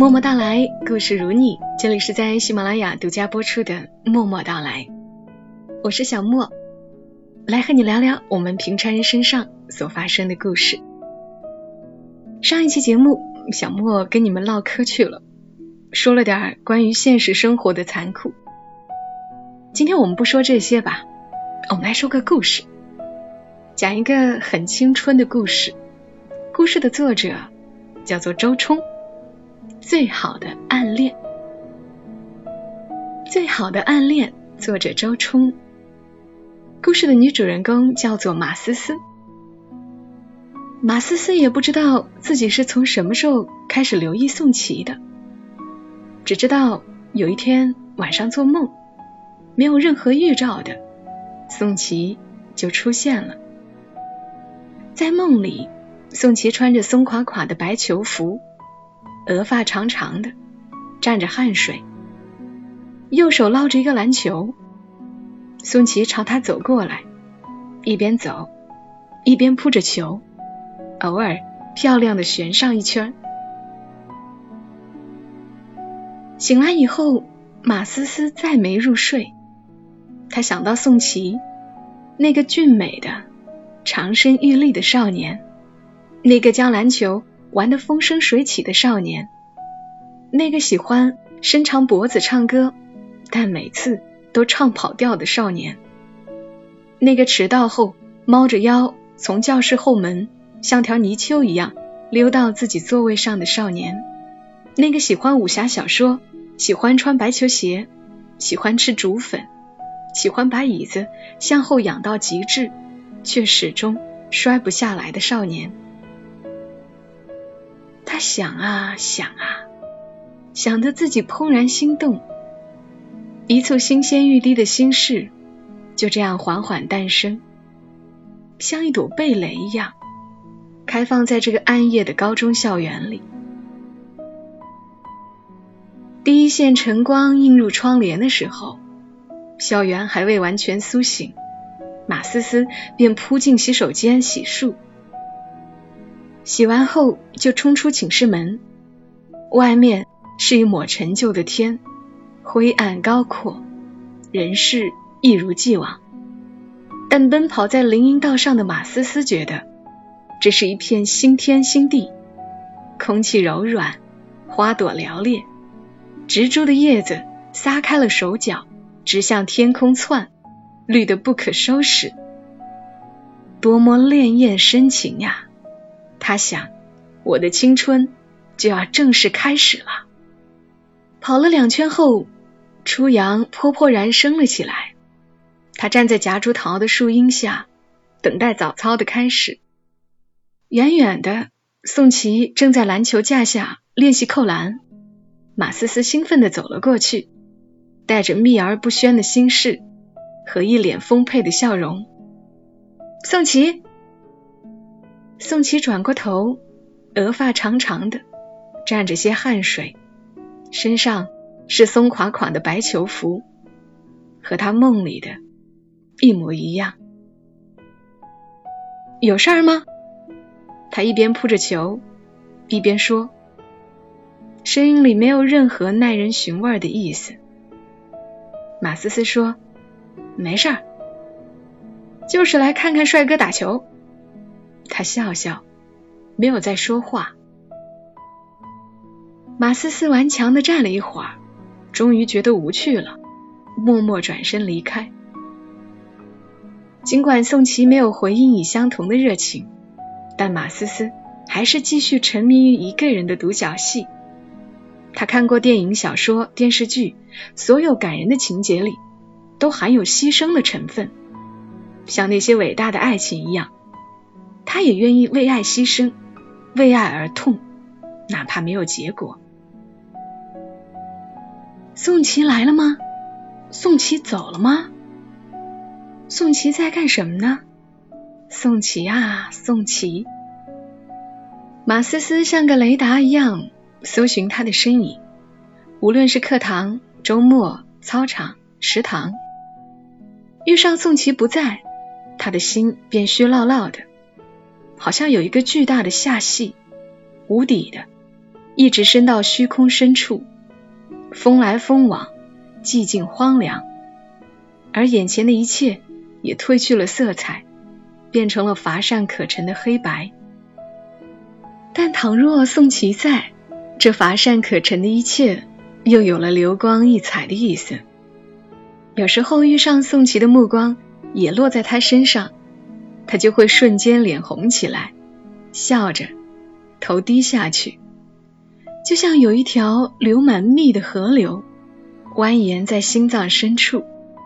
默默到来，故事如你，这里是在喜马拉雅独家播出的默默到来，我是小默，来和你聊聊我们平常人身上所发生的故事。上一期节目小默跟你们唠嗑去了，说了点关于现实生活的残酷。今天我们不说这些吧，我们来说个故事，讲一个很青春的故事。故事的作者叫做周冲，最好的暗恋。最好的暗恋，作者周冲。故事的女主人公叫做马思思。马思思也不知道自己是从什么时候开始留意宋琦的，只知道有一天晚上做梦，没有任何预兆的，宋琦就出现了。在梦里，宋琦穿着松垮垮的白球服，额发长长的，沾着汗水，右手捞着一个篮球。宋琦朝他走过来，一边走一边扑着球，偶尔漂亮的旋上一圈。醒来以后，马思思再没入睡。她想到宋琦，那个俊美的长身玉立的少年，那个将篮球玩得风生水起的少年，那个喜欢伸长脖子唱歌但每次都唱跑调的少年，那个迟到后猫着腰从教室后门像条泥鳅一样溜到自己座位上的少年，那个喜欢武侠小说，喜欢穿白球鞋，喜欢吃竹粉，喜欢把椅子向后仰到极致却始终摔不下来的少年。他想啊想啊，想得自己怦然心动，一簇新鲜欲滴的心事就这样缓缓诞生，像一朵蓓蕾一样开放在这个暗夜的高中校园里。第一线晨光映入窗帘的时候，校园还未完全苏醒，马思思便扑进洗手间洗漱。洗完后就冲出寝室门，外面是一抹陈旧的天，灰暗高阔，人事一如既往。但奔跑在林荫道上的马思思觉得，这是一片新天新地，空气柔软，花朵寥烈，植株的叶子撒开了手脚，直向天空窜，绿得不可收拾。多么潋滟深情呀！他想，我的青春就要正式开始了。跑了2圈后，初阳泼泼然升了起来。他站在夹竹桃的树荫下，等待早操的开始。远远的，宋琦正在篮球架下练习扣篮。马思思兴奋地走了过去，带着秘而不宣的心事和一脸丰沛的笑容。宋琦！宋琦转过头，额发长长的，沾着些汗水，身上是松垮垮的白球服，和他梦里的一模一样。有事儿吗？他一边扑着球一边说，声音里没有任何耐人寻味的意思。马思思说，没事儿，就是来看看帅哥打球。他笑笑，没有再说话。马思思顽强地站了一会儿，终于觉得无趣了，默默转身离开。尽管宋琦没有回应以相同的热情，但马思思还是继续沉迷于一个人的独角戏。他看过电影、小说、电视剧，所有感人的情节里都含有牺牲的成分，像那些伟大的爱情一样，他也愿意为爱牺牲，为爱而痛，哪怕没有结果。宋琦来了吗？宋琦走了吗？宋琦在干什么呢？宋琦啊，宋琦！马思思像个雷达一样搜寻他的身影，无论是课堂、周末、操场、食堂。遇上宋琦不在，他的心便虚落落的，好像有一个巨大的下隙，无底的， 一直伸到虚空深处，风来风往，寂静荒凉，而眼前的一切也褪去了色彩，变成了乏善可陈的黑白。但倘若宋琦在，这乏善可陈的一切又有了流光溢彩的意思。有时候遇上宋琦的目光也落在他身上，他就会瞬间脸红起来，笑着头低下去，就像有一条流满蜜的河流蜿蜒在心脏深处。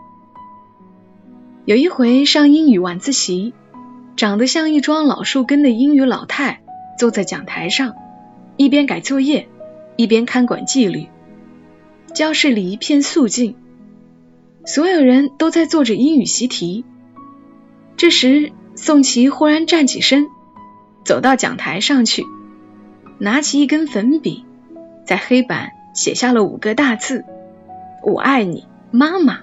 有一回上英语晚自习，长得像一桩老树根的英语老太坐在讲台上，一边改作业一边看管纪律。教室里一片肃静，所有人都在做着英语习题。这时宋琦忽然站起身，走到讲台上去，拿起一根粉笔，在黑板写下了5个大字：我爱你，妈妈。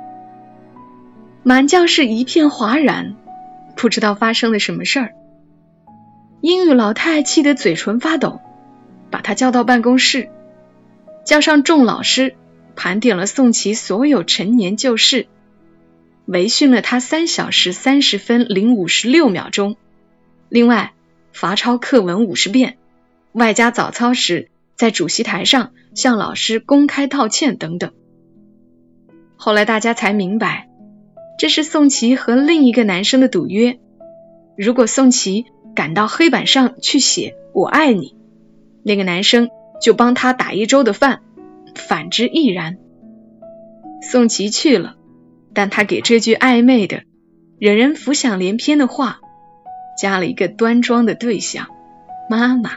满教室一片哗然，不知道发生了什么事儿。英语老太气得嘴唇发抖，把他叫到办公室，叫上众老师，盘点了宋琦所有陈年旧事，围训了他3小时30分零56秒钟，另外罚抄课文50遍，外加早操时在主席台上向老师公开道歉等等。后来大家才明白，这是宋琦和另一个男生的赌约，如果宋琦赶到黑板上去写我爱你，那个男生就帮他打1周的饭，反之亦然。宋琦去了，但他给这句暧昧的惹人浮想联翩的话加了一个端庄的对象，妈妈。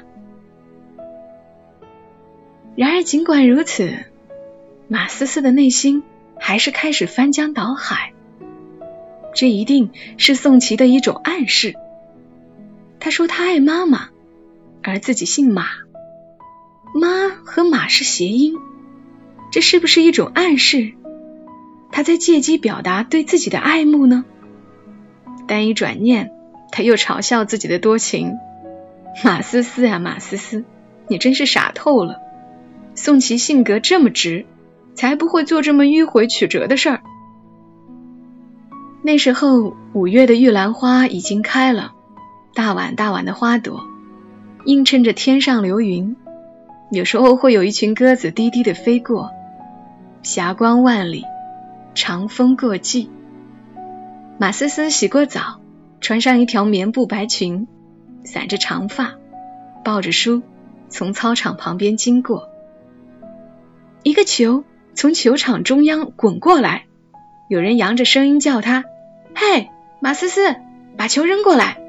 然而尽管如此，马思思的内心还是开始翻江倒海。这一定是宋琦的一种暗示。他说他爱妈妈，而自己姓马，妈和马是谐音，这是不是一种暗示？他在借机表达对自己的爱慕呢？但一转念，他又嘲笑自己的多情。马思思啊，马思思，你真是傻透了。宋琦性格这么直，才不会做这么迂回曲折的事儿。那时候5月的玉兰花已经开了，大碗大碗的花朵映衬着天上流云，有时候会有一群鸽子低低地飞过，霞光万里，长风过际。马思思洗过澡，穿上一条棉布白裙，散着长发，抱着书从操场旁边经过。一个球从球场中央滚过来，有人扬着声音叫他：嘿，马思思，把球扔过来。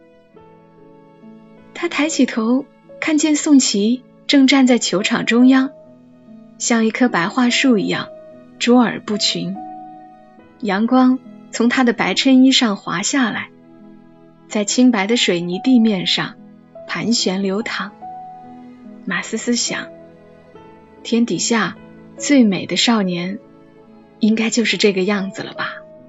他抬起头，看见宋琦正站在球场中央，像一棵白桦树一样卓尔不群。阳光从他的白衬衣上滑下来，在清白的水泥地面上盘旋流淌。马思思想，天底下最美的少年应该就是这个样子了吧。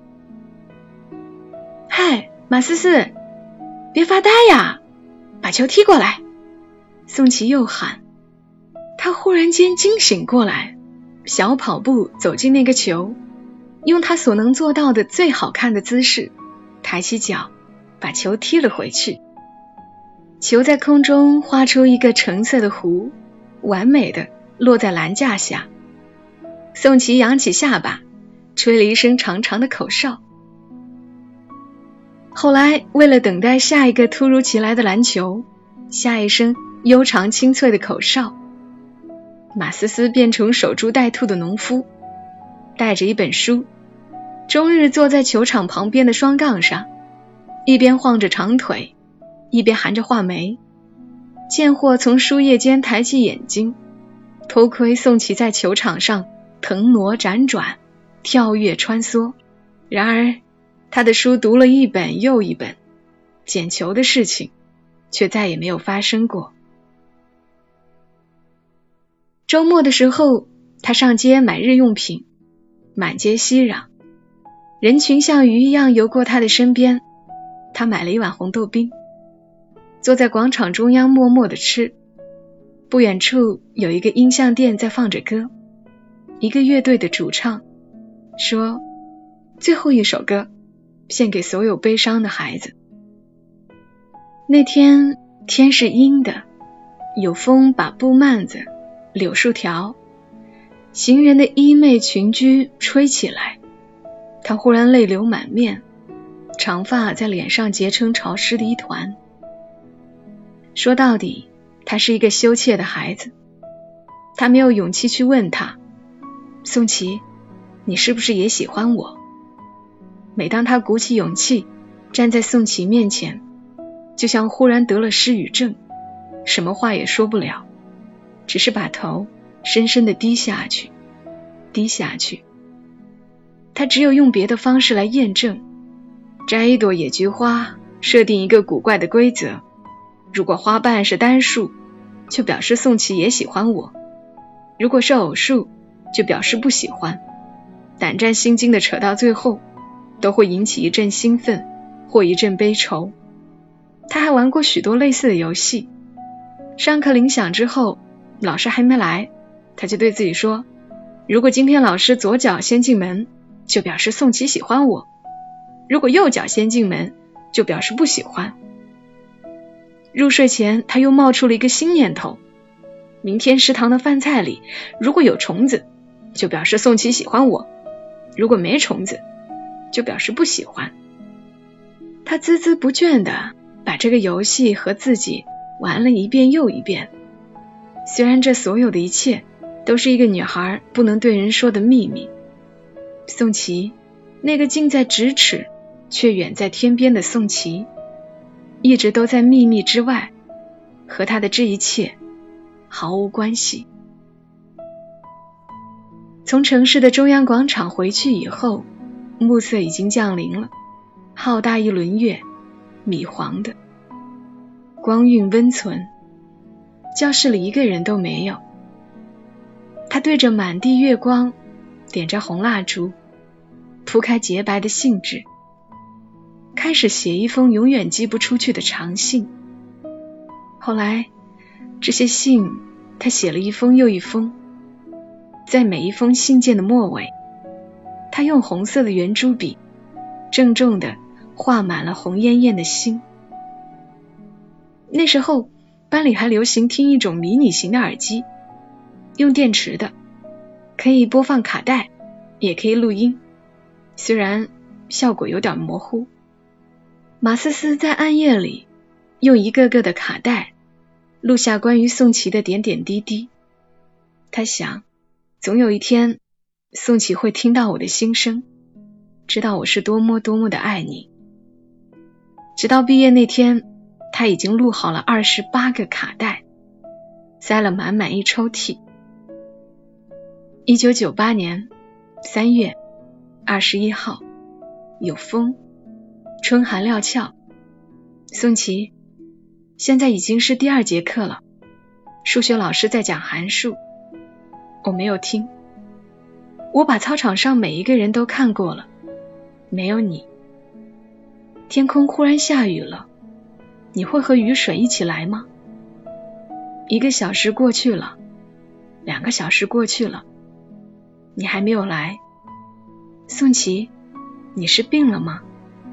嗨，马思思，别发呆呀，把球踢过来。宋琦又喊。他忽然间惊醒过来，小跑步走进那个球，用他所能做到的最好看的姿势，抬起脚把球踢了回去。球在空中画出一个橙色的弧，完美的落在篮架下。宋琦扬起下巴，吹了一声长长的口哨。后来为了等待下一个突如其来的篮球，下一声悠长清脆的口哨，马思思变成守株待兔的农夫，带着一本书，终日坐在球场旁边的双杠上，一边晃着长腿，一边含着话梅。贱货从书页间抬起眼睛，偷窥宋琦在球场上腾挪辗转，跳跃穿梭。然而他的书读了一本又一本，捡球的事情却再也没有发生过。周末的时候，他上街买日用品，满街熙攘，人群像鱼一样游过他的身边。他买了一碗红豆冰，坐在广场中央默默地吃。 不远处有一个音像店在放着歌，一个乐队的主唱说，最后一首歌献给所有悲伤的孩子。那天天是阴的，有风把布幔子、柳树条、行人的衣袂裙裾吹起来，他忽然泪流满面，长发在脸上结成潮湿的一团。说到底，他是一个羞怯的孩子，他没有勇气去问他，宋琦，你是不是也喜欢我？每当他鼓起勇气站在宋琦面前，就像忽然得了失语症，什么话也说不了，只是把头深深地低下去，低下去。他只有用别的方式来验证，摘一朵野菊花，设定一个古怪的规则，如果花瓣是单数，就表示宋琦也喜欢我，如果是偶数，就表示不喜欢。胆战心惊的扯到最后，都会引起一阵兴奋或一阵悲愁。他还玩过许多类似的游戏，上课铃响之后，老师还没来，他就对自己说，如果今天老师左脚先进门，就表示宋琦喜欢我，如果右脚先进门，就表示不喜欢。入睡前他又冒出了一个新念头，明天食堂的饭菜里如果有虫子，就表示宋琦喜欢我，如果没虫子，就表示不喜欢。他孜孜不倦地把这个游戏和自己玩了一遍又一遍。虽然这所有的一切都是一个女孩不能对人说的秘密，宋琦，那个近在咫尺却远在天边的宋琦，一直都在秘密之外，和他的这一切毫无关系。从城市的中央广场回去以后，暮色已经降临了，浩大一轮月，米黄的，光晕温存，教室里一个人都没有。他对着满地月光，点着红蜡烛，铺开洁白的信纸，开始写一封永远寄不出去的长信。后来，这些信他写了一封又一封，在每一封信件的末尾，他用红色的圆珠笔郑重地画满了红艳艳的心。那时候班里还流行听一种迷你型的耳机，用电池的，可以播放卡带，也可以录音，虽然效果有点模糊。马思思在暗夜里用一个个的卡带录下关于宋琦的点点滴滴。他想，总有一天宋琦会听到我的心声，知道我是多么多么的爱你。直到毕业那天，他已经录好了28个卡带，塞了满满一抽屉。1998年3月21号，有风，春寒料峭。宋琦，现在已经是第2节课了，数学老师在讲函数，我没有听。我把操场上每一个人都看过了，没有你。天空忽然下雨了，你会和雨水一起来吗？1个小时过去了，2个小时过去了，你还没有来。宋琦，你是病了吗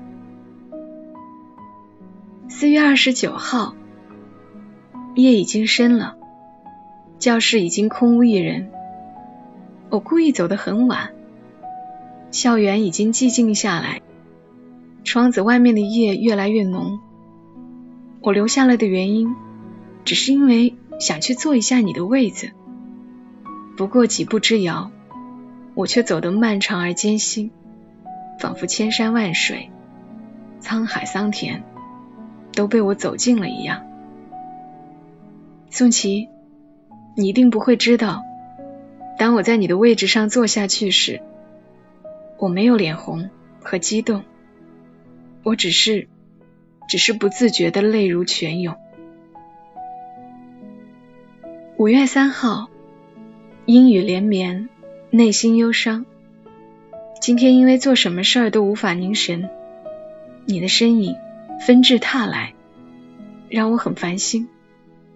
？4月29号，夜已经深了，教室已经空无一人。我故意走得很晚，校园已经寂静下来，窗子外面的夜越来越浓。我留下来的原因，只是因为想去坐一下你的位子。不过几步之遥，我却走得漫长而艰辛，仿佛千山万水、沧海桑田都被我走尽了一样。宋琦，你一定不会知道，当我在你的位置上坐下去时，我没有脸红和激动，我只是不自觉的泪如泉涌。5月3号，阴雨连绵，内心忧伤。今天因为做什么事儿都无法凝神，你的身影纷至沓来，让我很烦心。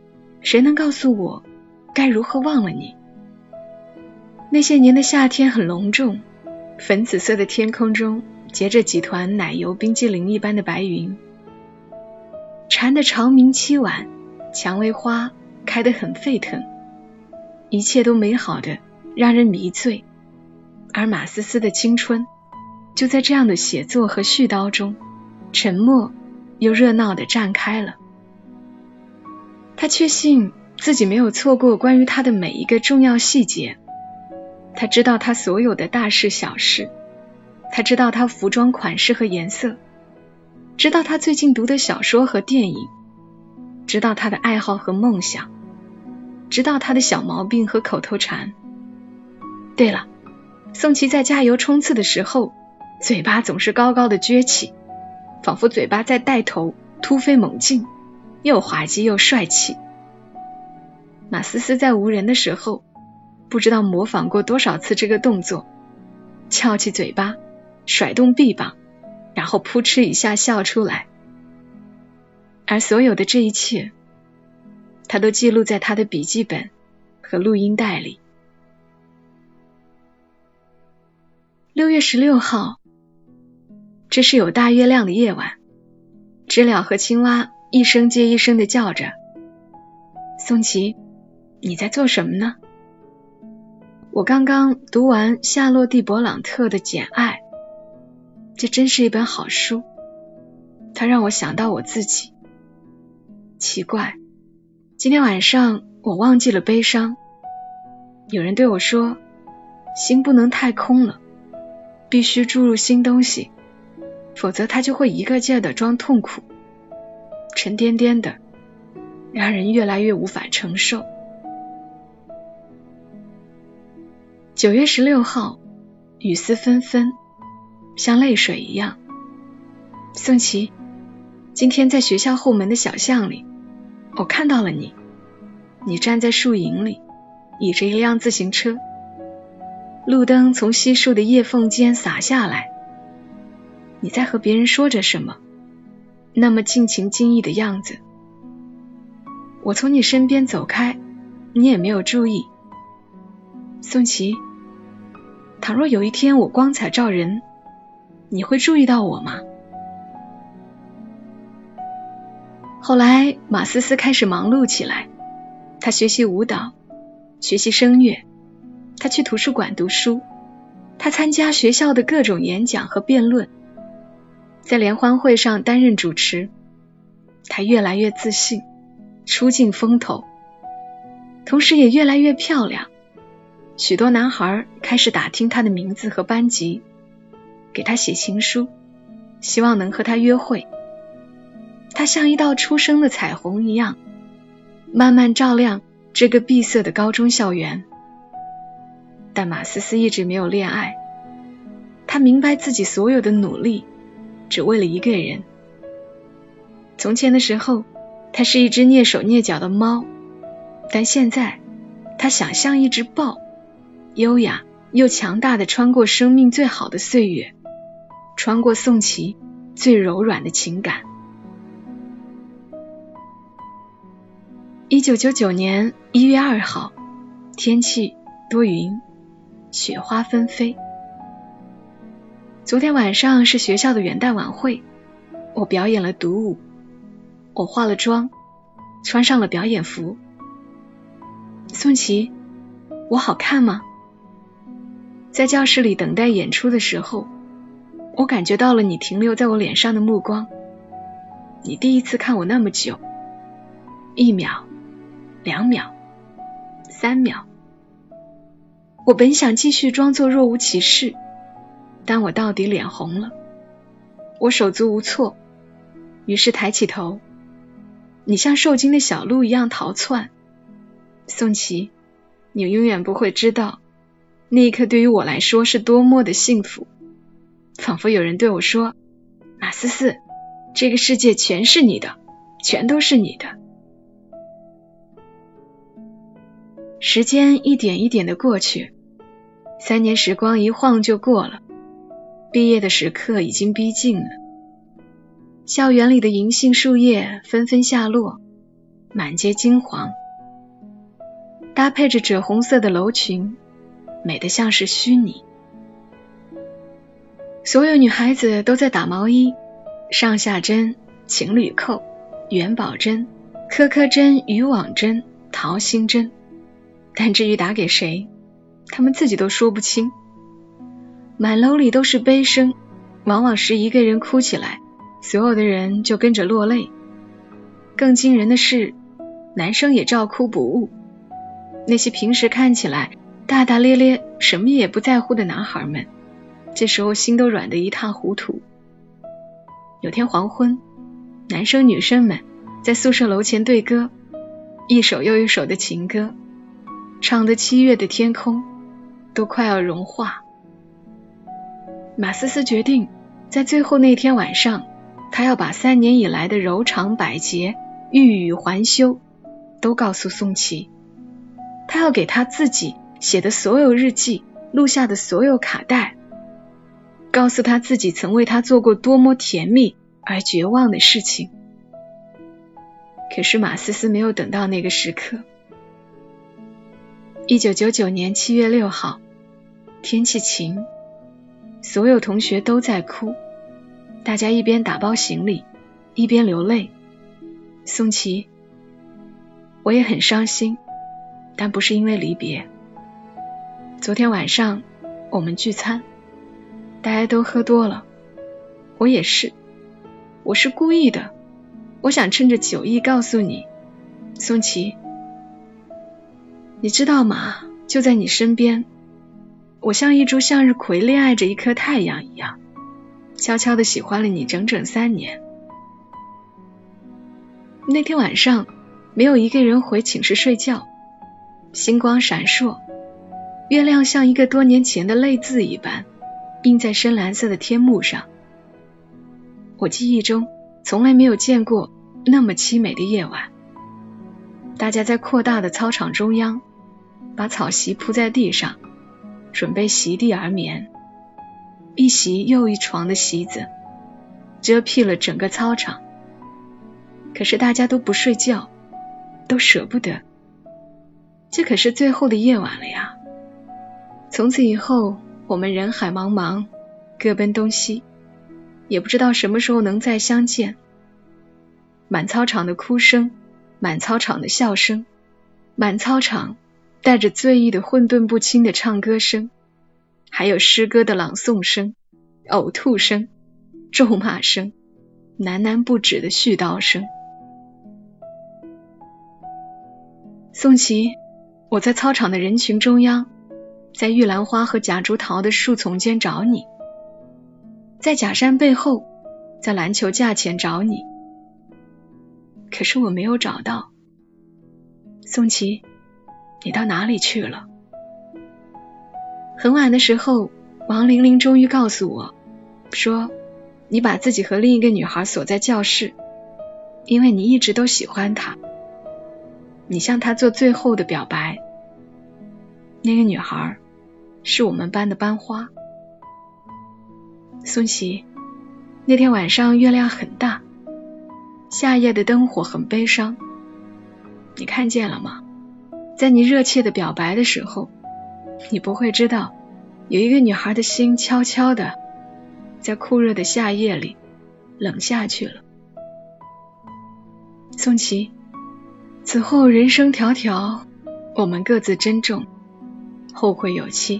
谁能告诉我该如何忘了你？那些年的夏天很隆重，粉紫色的天空中结着几团奶油冰激凌一般的白云，蝉的长鸣凄婉，蔷薇花开得很沸腾，一切都美好的让人迷醉，而马思思的青春就在这样的写作和絮叨中沉默又热闹地绽开了。他确信自己没有错过关于他的每一个重要细节，他知道他所有的大事小事，他知道他服装款式和颜色，知道他最近读的小说和电影，知道他的爱好和梦想，知道他的小毛病和口头禅。对了，宋琦在加油冲刺的时候，嘴巴总是高高的撅起，仿佛嘴巴在带头突飞猛进，又滑稽又帅气。马思思在无人的时候，不知道模仿过多少次这个动作，翘起嘴巴，甩动臂膀，然后扑哧一下笑出来。而所有的这一切，他都记录在他的笔记本和录音带里。6月16号，这是有大月亮的夜晚，知了和青蛙一声接一声地叫着。宋琦，你在做什么呢？我刚刚读完夏洛蒂·勃朗特的《简爱》，这真是一本好书，它让我想到我自己。奇怪，今天晚上我忘记了悲伤。有人对我说，心不能太空了，必须注入新东西，否则它就会一个劲儿地装痛苦，沉甸甸的，让人越来越无法承受。9月16号，雨丝纷纷，像泪水一样。宋琦，今天在学校后门的小巷里，我看到了你，你站在树影里，倚着一辆自行车，路灯从稀疏的叶缝间洒下来，你在和别人说着什么，那么尽情尽意的样子。我从你身边走开，你也没有注意。宋琦，倘若有一天我光彩照人，你会注意到我吗？后来马思思开始忙碌起来，她学习舞蹈，学习声乐，她去图书馆读书，她参加学校的各种演讲和辩论，在联欢会上担任主持。她越来越自信，出尽风头，同时也越来越漂亮。许多男孩开始打听她的名字和班级，给她写情书，希望能和她约会。她像一道初升的彩虹一样，慢慢照亮这个闭塞的高中校园。但马思思一直没有恋爱，她明白自己所有的努力只为了一个人。从前的时候，她是一只蹑手蹑脚的猫，但现在她想像一只豹，优雅又强大地穿过生命最好的岁月，穿过宋琦最柔软的情感。1999年1月2号，天气多云，雪花纷飞。昨天晚上是学校的元旦晚会，我表演了独舞，我化了妆，穿上了表演服。宋琦，我好看吗？在教室里等待演出的时候，我感觉到了你停留在我脸上的目光。你第一次看我那么久，1秒、2秒、3秒。我本想继续装作若无其事，但我到底脸红了，我手足无措，于是抬起头。你像受惊的小鹿一样逃窜。宋琦，你永远不会知道，那一刻对于我来说是多么的幸福，仿佛有人对我说，马思思，这个世界全是你的，全都是你的。时间一点一点的过去，3年时光一晃就过了，毕业的时刻已经逼近了。校园里的银杏树叶纷纷下落，满街金黄， 搭配着赭红色的楼裙，美得像是虚拟。所有女孩子都在打毛衣，上下针、情侣扣、元宝针、颗颗针、渔网针、桃心针，但至于打给谁，她们自己都说不清。满楼里都是悲声，往往是一个人哭起来，所有的人就跟着落泪。更惊人的是，男生也照哭不误。那些平时看起来大大咧咧、什么也不在乎的男孩们，这时候心都软得一塌糊涂。有天黄昏，男生女生们在宿舍楼前对歌，一首又一首的情歌，唱得7月的天空都快要融化。马思思决定在最后那天晚上，她要把3年以来的柔肠百结、欲语还休都告诉宋琦。她要给她自己写的所有日记，录下的所有卡带，告诉她自己曾为她做过多么甜蜜而绝望的事情。可是马思思没有等到那个时刻。1999年7月6号，天气晴，所有同学都在哭，大家一边打包行李，一边流泪。宋琦，我也很伤心，但不是因为离别。昨天晚上我们聚餐，大家都喝多了，我也是，我是故意的，我想趁着酒意告诉你，宋琦，你知道吗？就在你身边，我像一株向日葵恋爱着一颗太阳一样，悄悄地喜欢了你整整3年。那天晚上，没有一个人回寝室睡觉，星光闪烁，月亮像一个多年前的泪字一般，印在深蓝色的天幕上。我记忆中从来没有见过那么凄美的夜晚。大家在扩大的操场中央，把草席铺在地上，准备席地而眠。一席又一床的席子，遮蔽了整个操场。可是大家都不睡觉，都舍不得。这可是最后的夜晚了呀。从此以后，我们人海茫茫，各奔东西，也不知道什么时候能再相见。满操场的哭声，满操场的笑声，满操场带着醉意的混沌不清的唱歌声，还有诗歌的朗诵声、呕吐声、咒骂声、喃喃不止的絮叨声。宋琦，我在操场的人群中央，在玉兰花和夹竹桃的树丛间找你，在假山背后，在篮球架前找你，可是我没有找到。宋琦，你到哪里去了？很晚的时候，王玲玲终于告诉我，说你把自己和另一个女孩锁在教室，因为你一直都喜欢她，你向她做最后的表白。那个女孩是我们班的班花。宋琦，那天晚上月亮很大，夏夜的灯火很悲伤，你看见了吗？在你热切的表白的时候，你不会知道，有一个女孩的心悄悄的在酷热的夏夜里冷下去了。宋琦，此后人生迢迢，我们各自珍重，后会有期。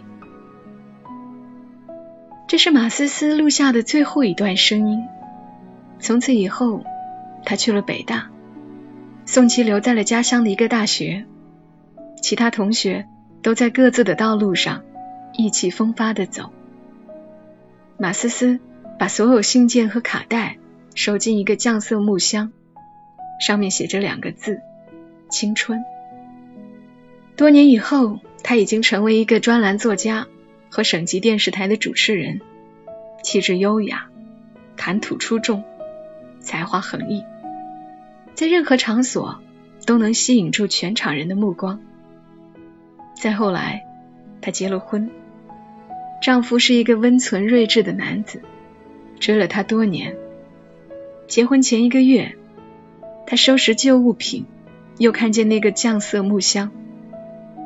这是马思思录下的最后一段声音。从此以后，她去了北大，宋琦留在了家乡的一个大学，其他同学都在各自的道路上意气风发地走。马思思把所有信件和卡带收进一个酱色木箱，上面写着2个字：青春。多年以后，他已经成为一个专栏作家和省级电视台的主持人，气质优雅，谈吐出众，才华横溢，在任何场所都能吸引住全场人的目光。再后来，她结了婚，丈夫是一个温存睿智的男子，追了她多年。结婚前1个月，她收拾旧物品，又看见那个酱色木箱，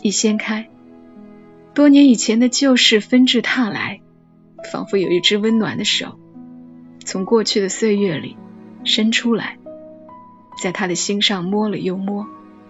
一掀开，多年以前的旧事纷至沓来，仿佛有一只温暖的手从过去的岁月里伸出来，在他的心上摸了又摸。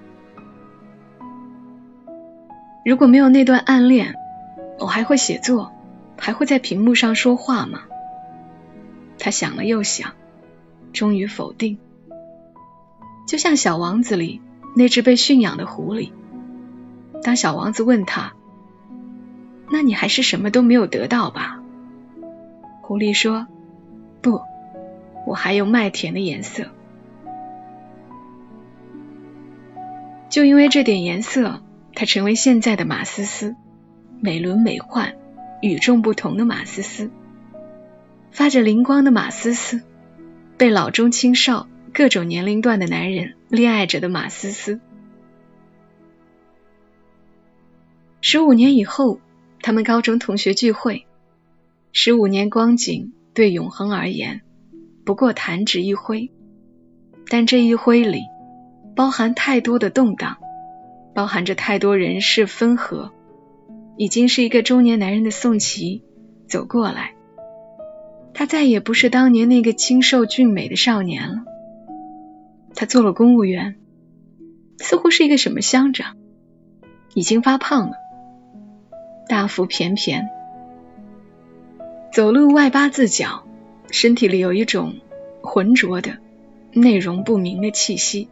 如果没有那段暗恋，我还会写作，还会在屏幕上说话吗？他想了又想，终于否定。就像小王子里那只被驯养的狐狸，当小王子问他，那你还是什么都没有得到吧？狐狸说，不，我还有麦田的颜色。就因为这点颜色，他成为现在的马思思，美轮美奂，与众不同的马思思，发着灵光的马思思，被老中青少各种年龄段的男人恋爱着的马思思。15年以后，他们高中同学聚会，15年光景对永恒而言不过弹指一挥，但这一挥里包含太多的动荡，包含着太多人事分合。已经是一个中年男人的宋琦走过来，他再也不是当年那个清瘦俊美的少年了。他做了公务员，似乎是一个什么乡长，已经发胖了，大腹便便，走路外八字脚，身体里有一种浑浊的内容不明的气息。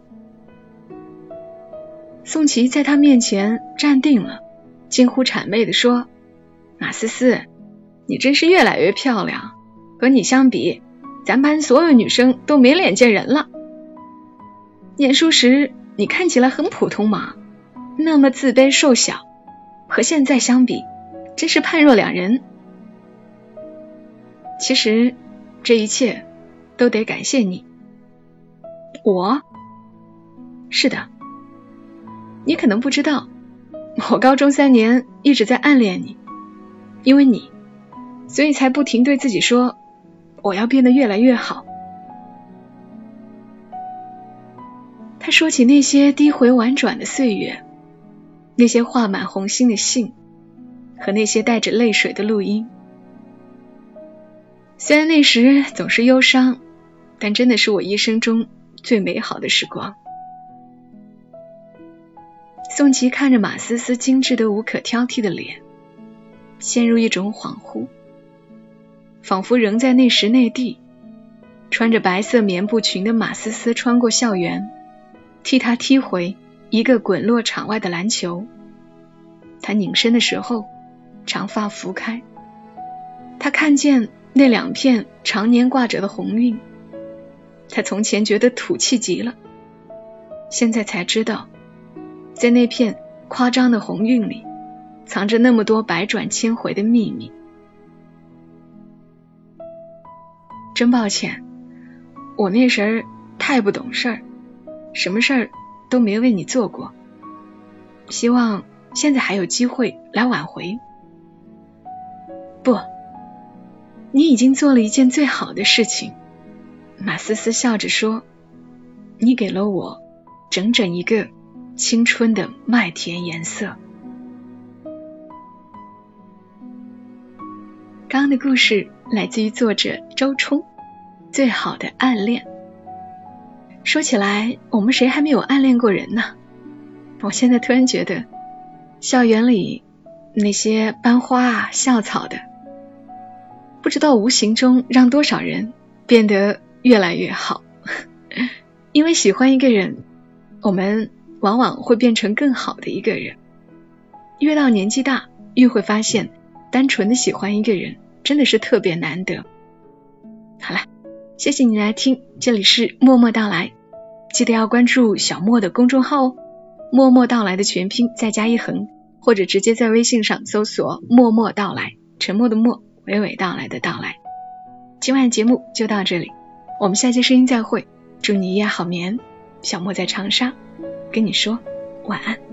宋琦在他面前站定了，近乎谄媚地说，马思思，你真是越来越漂亮，和你相比，咱班所有女生都没脸见人了。念书时你看起来很普通嘛，那么自卑瘦小，和现在相比真是判若两人。其实这一切都得感谢你。我？是的，你可能不知道，我高中3年一直在暗恋你，因为你，所以才不停对自己说，我要变得越来越好。他说起那些低回婉转的岁月，那些画满红心的信，和那些带着泪水的录音。虽然那时总是忧伤，但真的是我一生中最美好的时光。宋琦看着马思思精致的无可挑剔的脸，陷入一种恍惚，仿佛仍在那时那地。穿着白色棉布裙的马思思穿过校园，替他踢回一个滚落场外的篮球。他拧身的时候，长发拂开，他看见那2片常年挂着的红晕。他从前觉得土气极了，现在才知道，在那片夸张的红晕里，藏着那么多百转千回的秘密。真抱歉，我那时儿太不懂事儿，什么事儿都没为你做过，希望现在还有机会来挽回。不，你已经做了一件最好的事情。马思思笑着说，你给了我整整一个青春的麦田颜色。刚刚的故事来自于作者周冲，最好的暗恋。说起来，我们谁还没有暗恋过人呢？我现在突然觉得，校园里那些班花啊、校草的，不知道无形中让多少人变得越来越好。因为喜欢一个人，我们往往会变成更好的一个人。越到年纪大，越会发现单纯的喜欢一个人真的是特别难得。好了，谢谢你来听，这里是默默到来，记得要关注小默的公众号哦，默默到来的全拼再加1横，或者直接在微信上搜索默默到来，沉默的默，娓娓道来的到来。今晚的节目就到这里，我们下期声音再会，祝你一夜好眠。小默在长沙跟你说晚安。